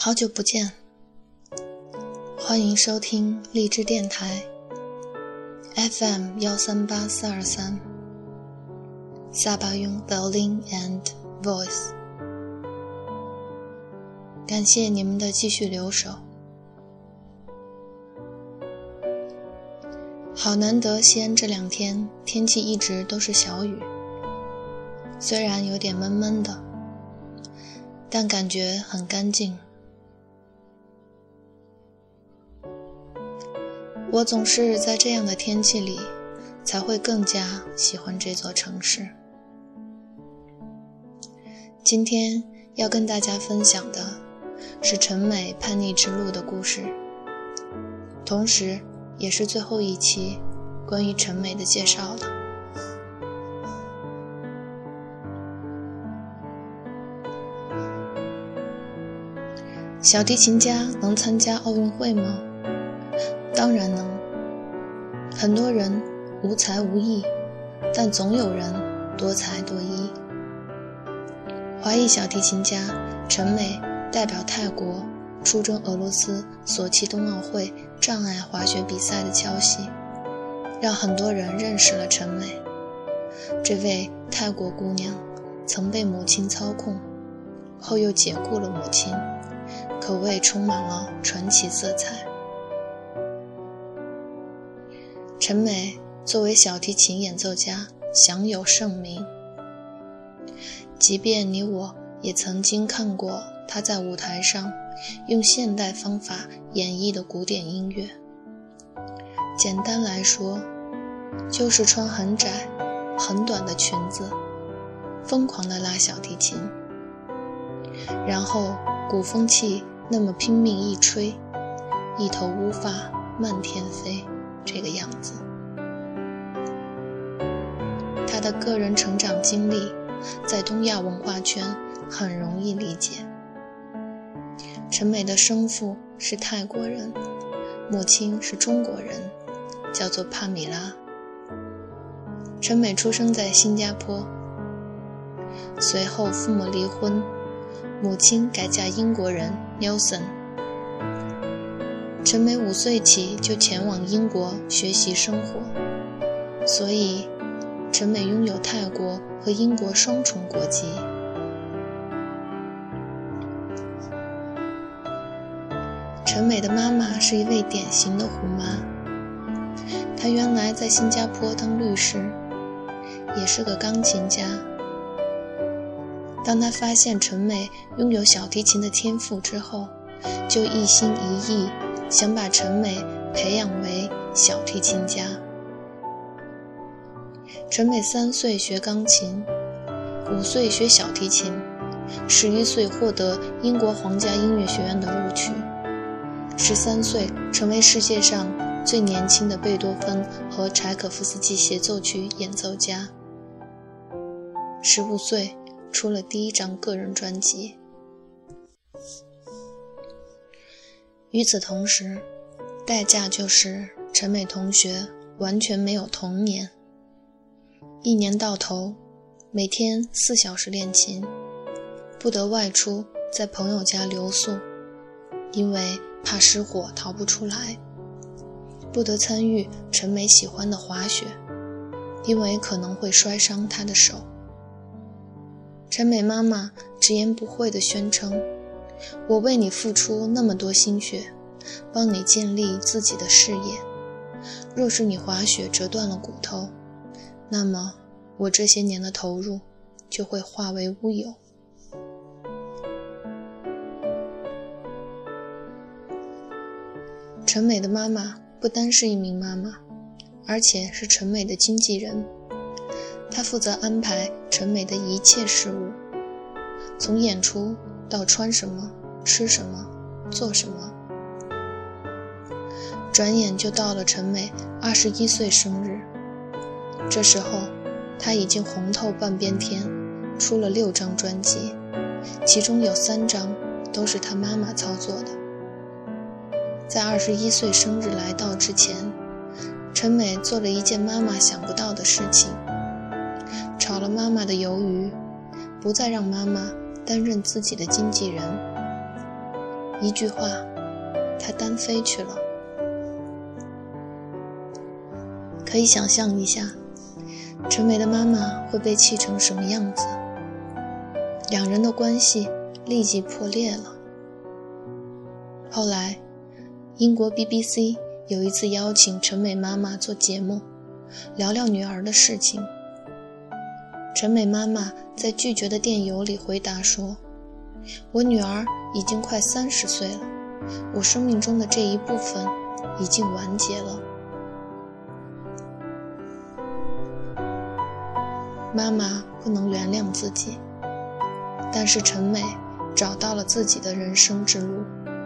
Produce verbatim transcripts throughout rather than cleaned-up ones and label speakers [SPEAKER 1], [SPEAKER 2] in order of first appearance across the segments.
[SPEAKER 1] 好久不见，欢迎收听荔枝电台 F M 一三八四二三，萨巴雍 Violin and Voice。 感谢你们的继续留守。好难得西安这两天天气一直都是小雨，虽然有点闷闷的，但感觉很干净。我总是在这样的天气里才会更加喜欢这座城市。今天要跟大家分享的是陈美叛逆之路的故事，同时也是最后一期关于陈美的介绍了。小提琴家能参加奥运会吗？当然能。很多人无才无艺，但总有人多才多艺。华裔小提琴家陈美代表泰国出征俄罗斯索契冬奥会障碍滑雪比赛的消息，让很多人认识了陈美。这位泰国姑娘曾被母亲操控，后又解雇了母亲，可谓充满了传奇色彩。陈美作为小提琴演奏家享有盛名，即便你我也曾经看过她在舞台上用现代方法演绎的古典音乐。简单来说，就是穿很窄很短的裙子，疯狂地拉小提琴，然后鼓风器那么拼命一吹，一头乌发漫天飞，这个样子。他的个人成长经历在东亚文化圈很容易理解。陈美的生父是泰国人，母亲是中国人，叫做帕米拉。陈美出生在新加坡，随后父母离婚，母亲改嫁英国人 Nelson。陈美五岁起就前往英国学习生活，所以陈美拥有泰国和英国双重国籍。陈美的妈妈是一位典型的虎妈，她原来在新加坡当律师，也是个钢琴家。当她发现陈美拥有小提琴的天赋之后，就一心一意想把陈美培养为小提琴家。陈美三岁学钢琴，五岁学小提琴，十一岁获得英国皇家音乐学院的录取，十三岁成为世界上最年轻的贝多芬和柴可夫斯基协奏曲演奏家，十五岁出了第一张个人专辑。与此同时，代价就是陈美同学完全没有童年，一年到头每天四小时练琴，不得外出在朋友家留宿，因为怕失火逃不出来，不得参与陈美喜欢的滑雪，因为可能会摔伤她的手。陈美妈妈直言不讳地宣称，我为你付出那么多心血，帮你建立自己的事业，若是你滑雪折断了骨头，那么我这些年的投入就会化为乌有。陈美的妈妈不单是一名妈妈，而且是陈美的经纪人，她负责安排陈美的一切事务，从演出到穿什么、吃什么、做什么。转眼就到了陈美二十一岁生日，这时候她已经红透半边天，出了六张专辑，其中有三张都是她妈妈操作的。在二十一岁生日来到之前，陈美做了一件妈妈想不到的事情，炒了妈妈的鱿鱼，不再让妈妈担任自己的经纪人， 一句话，她单飞去了。可以想象一下，陈梅的妈妈会被气成什么样子？两人的关系立即破裂了。后来，英国 B B C 有一次邀请陈梅妈妈做节目，聊聊女儿的事情。陈梅妈妈在拒绝的电邮里回答说，我女儿已经快三十岁了，我生命中的这一部分已经完结了。妈妈不能原谅自己，但是陈梅找到了自己的人生之路。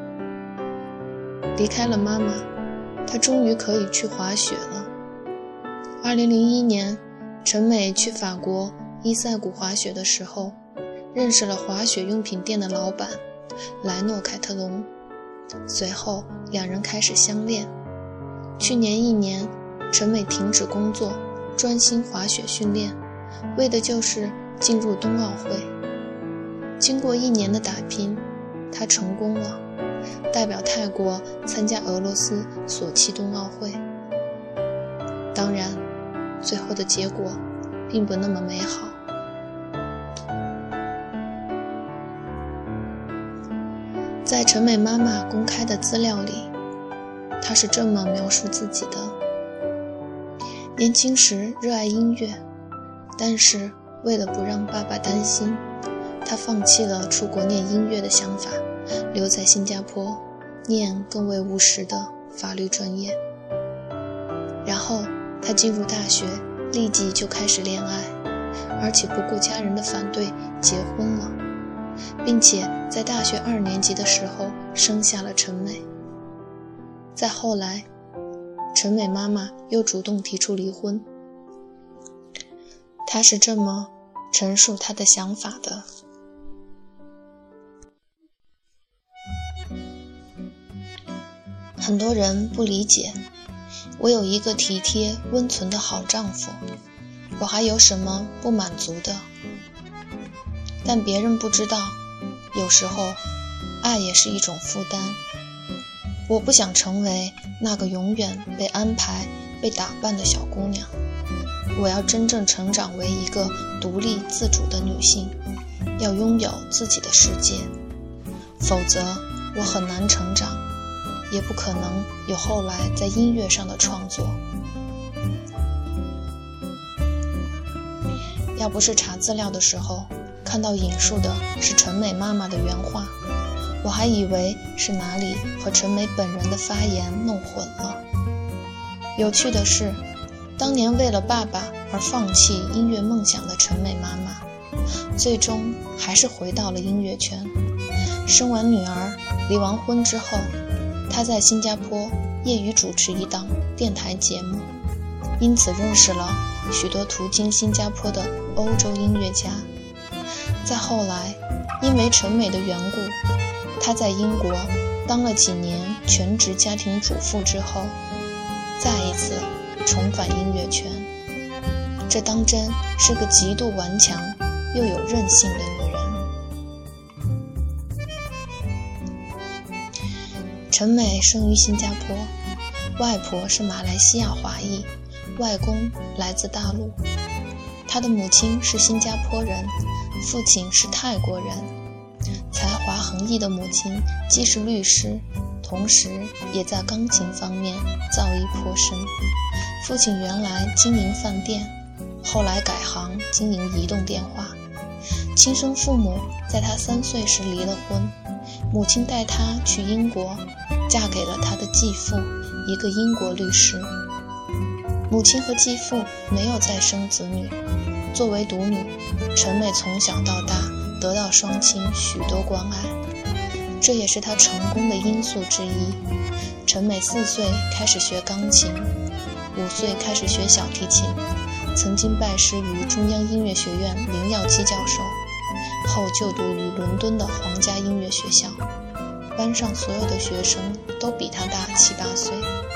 [SPEAKER 1] 离开了妈妈，她终于可以去滑雪了。二零零一年，陈梅去法国伊塞谷滑雪的时候，认识了滑雪用品店的老板莱诺凯特隆，随后两人开始相恋。去年一年，陈梅停止工作，专心滑雪训练，为的就是进入冬奥会。经过一年的打拼，她成功了，代表泰国参加俄罗斯索契冬奥会。当然，最后的结果并不那么美好。在陈梅妈妈公开的资料里，她是这么描述自己的：年轻时热爱音乐，但是为了不让爸爸担心，她放弃了出国念音乐的想法，留在新加坡念更为务实的法律专业。然后她进入大学，立即就开始恋爱，而且不顾家人的反对结婚了，并且在大学二年级的时候生下了陈梅。再后来，陈梅妈妈又主动提出离婚。她是这么陈述她的想法的：很多人不理解，我有一个体贴温存的好丈夫，我还有什么不满足的？但别人不知道，有时候爱也是一种负担。我不想成为那个永远被安排、被打扮的小姑娘，我要真正成长为一个独立自主的女性，要拥有自己的世界，否则我很难成长，也不可能有后来在音乐上的创作。要不是查资料的时候看到引述的是陈梅妈妈的原话，我还以为是哪里和陈梅本人的发言弄混了。有趣的是，当年为了爸爸而放弃音乐梦想的陈梅妈妈，最终还是回到了音乐圈。生完女儿，离完婚之后，她在新加坡业余主持一档电台节目，因此认识了许多途经新加坡的欧洲音乐家。再后来，因为陈梅的缘故，她在英国当了几年全职家庭主妇之后，再一次重返音乐圈。这当真是个极度顽强又有韧性的女人。陈梅生于新加坡，外婆是马来西亚华裔，外公来自大陆。她的母亲是新加坡人，父亲是泰国人。才华横溢的母亲既是律师，同时也在钢琴方面造诣颇深。父亲原来经营饭店，后来改行经营移动电话。亲生父母在他三岁时离了婚，母亲带他去英国，嫁给了他的继父，一个英国律师。母亲和继父没有再生子女，作为独女，陈梅从小到大得到双亲许多关爱，这也是她成功的因素之一。陈梅四岁开始学钢琴，五岁开始学小提琴，曾经拜师于中央音乐学院林耀基教授，后就读于伦敦的皇家音乐学校。班上所有的学生都比她大七八岁。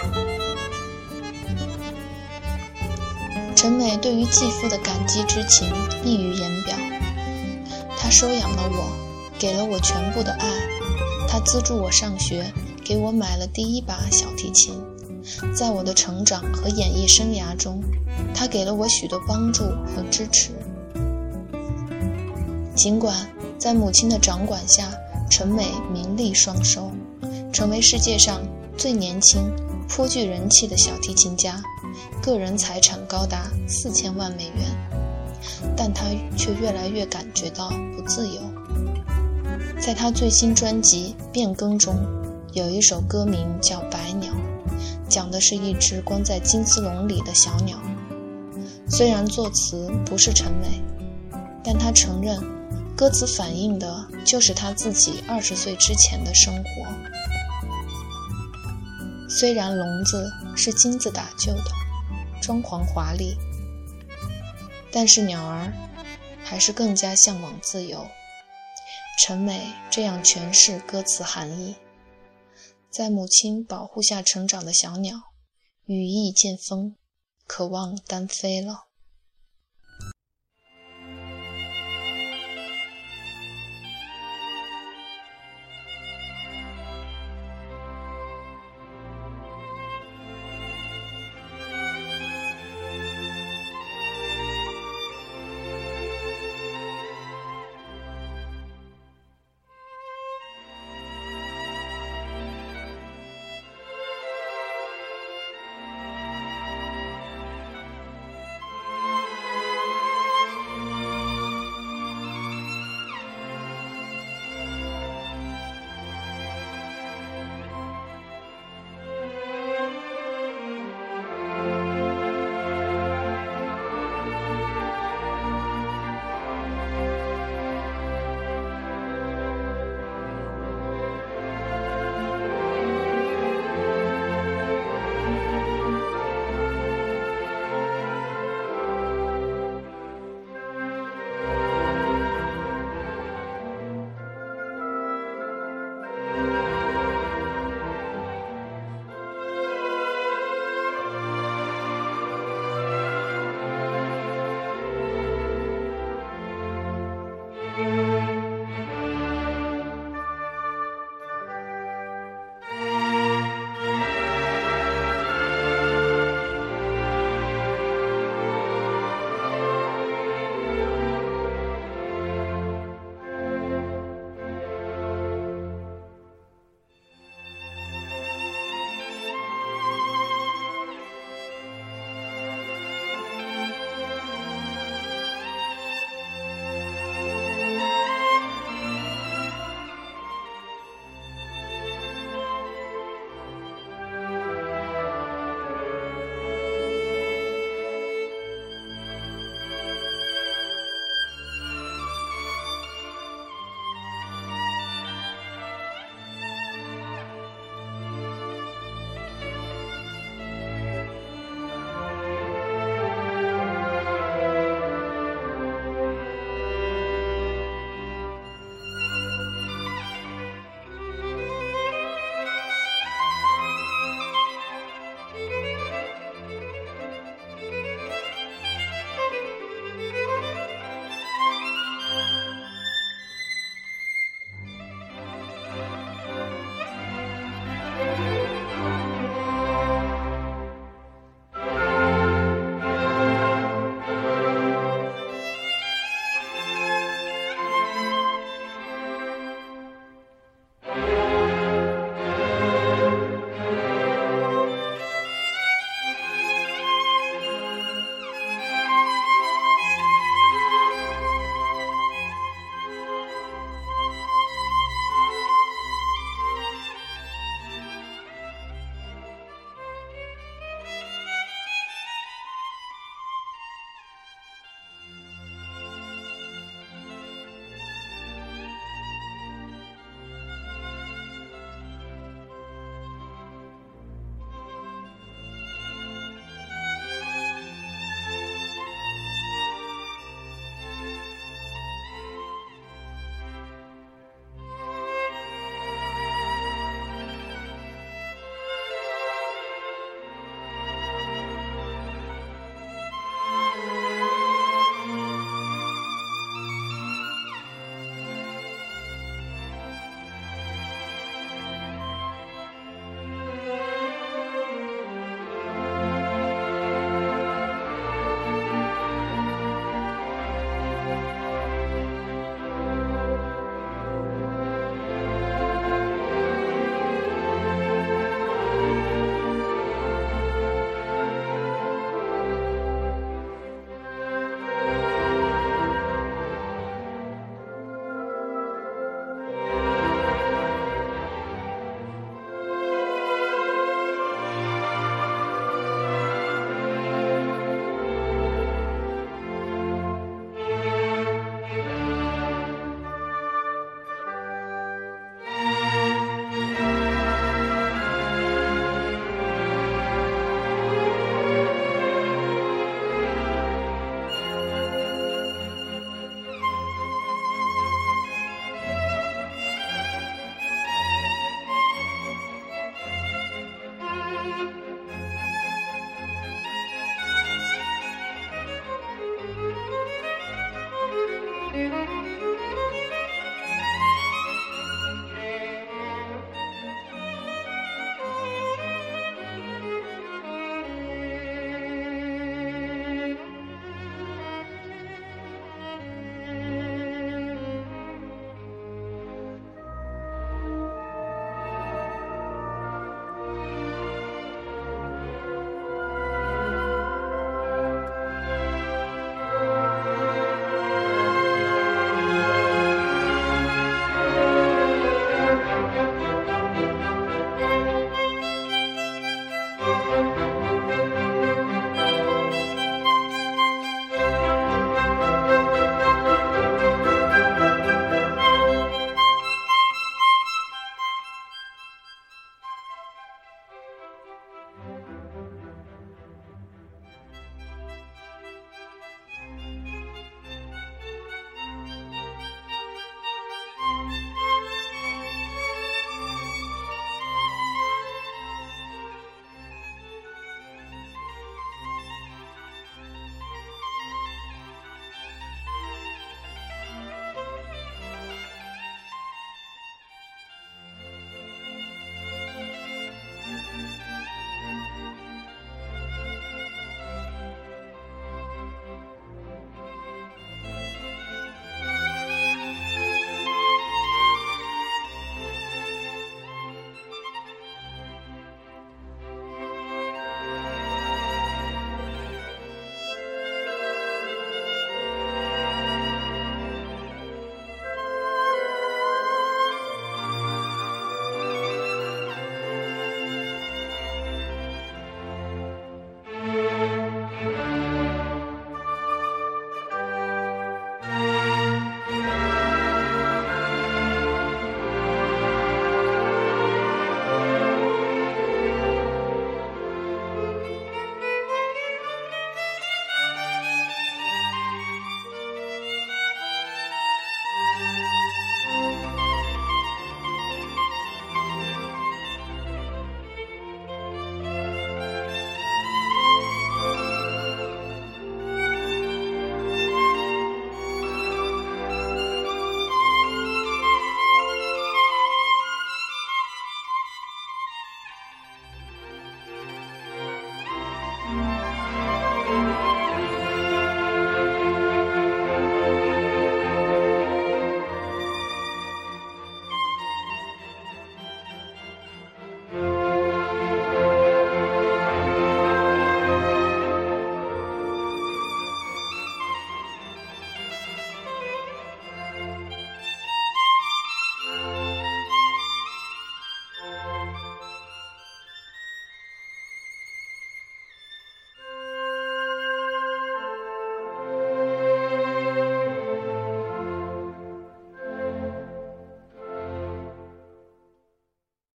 [SPEAKER 1] 陈梅对于继父的感激之情溢于言表。他收养了我，给了我全部的爱， 他资助我上学，给我买了第一把小提琴。在我的成长和演艺生涯中，他给了我许多帮助和支持。尽管在母亲的掌管下，陈美名利双收，成为世界上最年轻、颇具人气的小提琴家，个人财产高达四千万美元，但他却越来越感觉到不自由。在他最新专辑《变更》中，有一首歌名叫《白鸟》，讲的是一只关在金丝笼里的小鸟。虽然作词不是陈美，但他承认歌词反映的就是他自己二十岁之前的生活。虽然笼子是金子打就的，装潢华丽，但是鸟儿还是更加向往自由。陈美这样诠释歌词含义：在母亲保护下成长的小鸟，羽翼渐丰，渴望单飞了。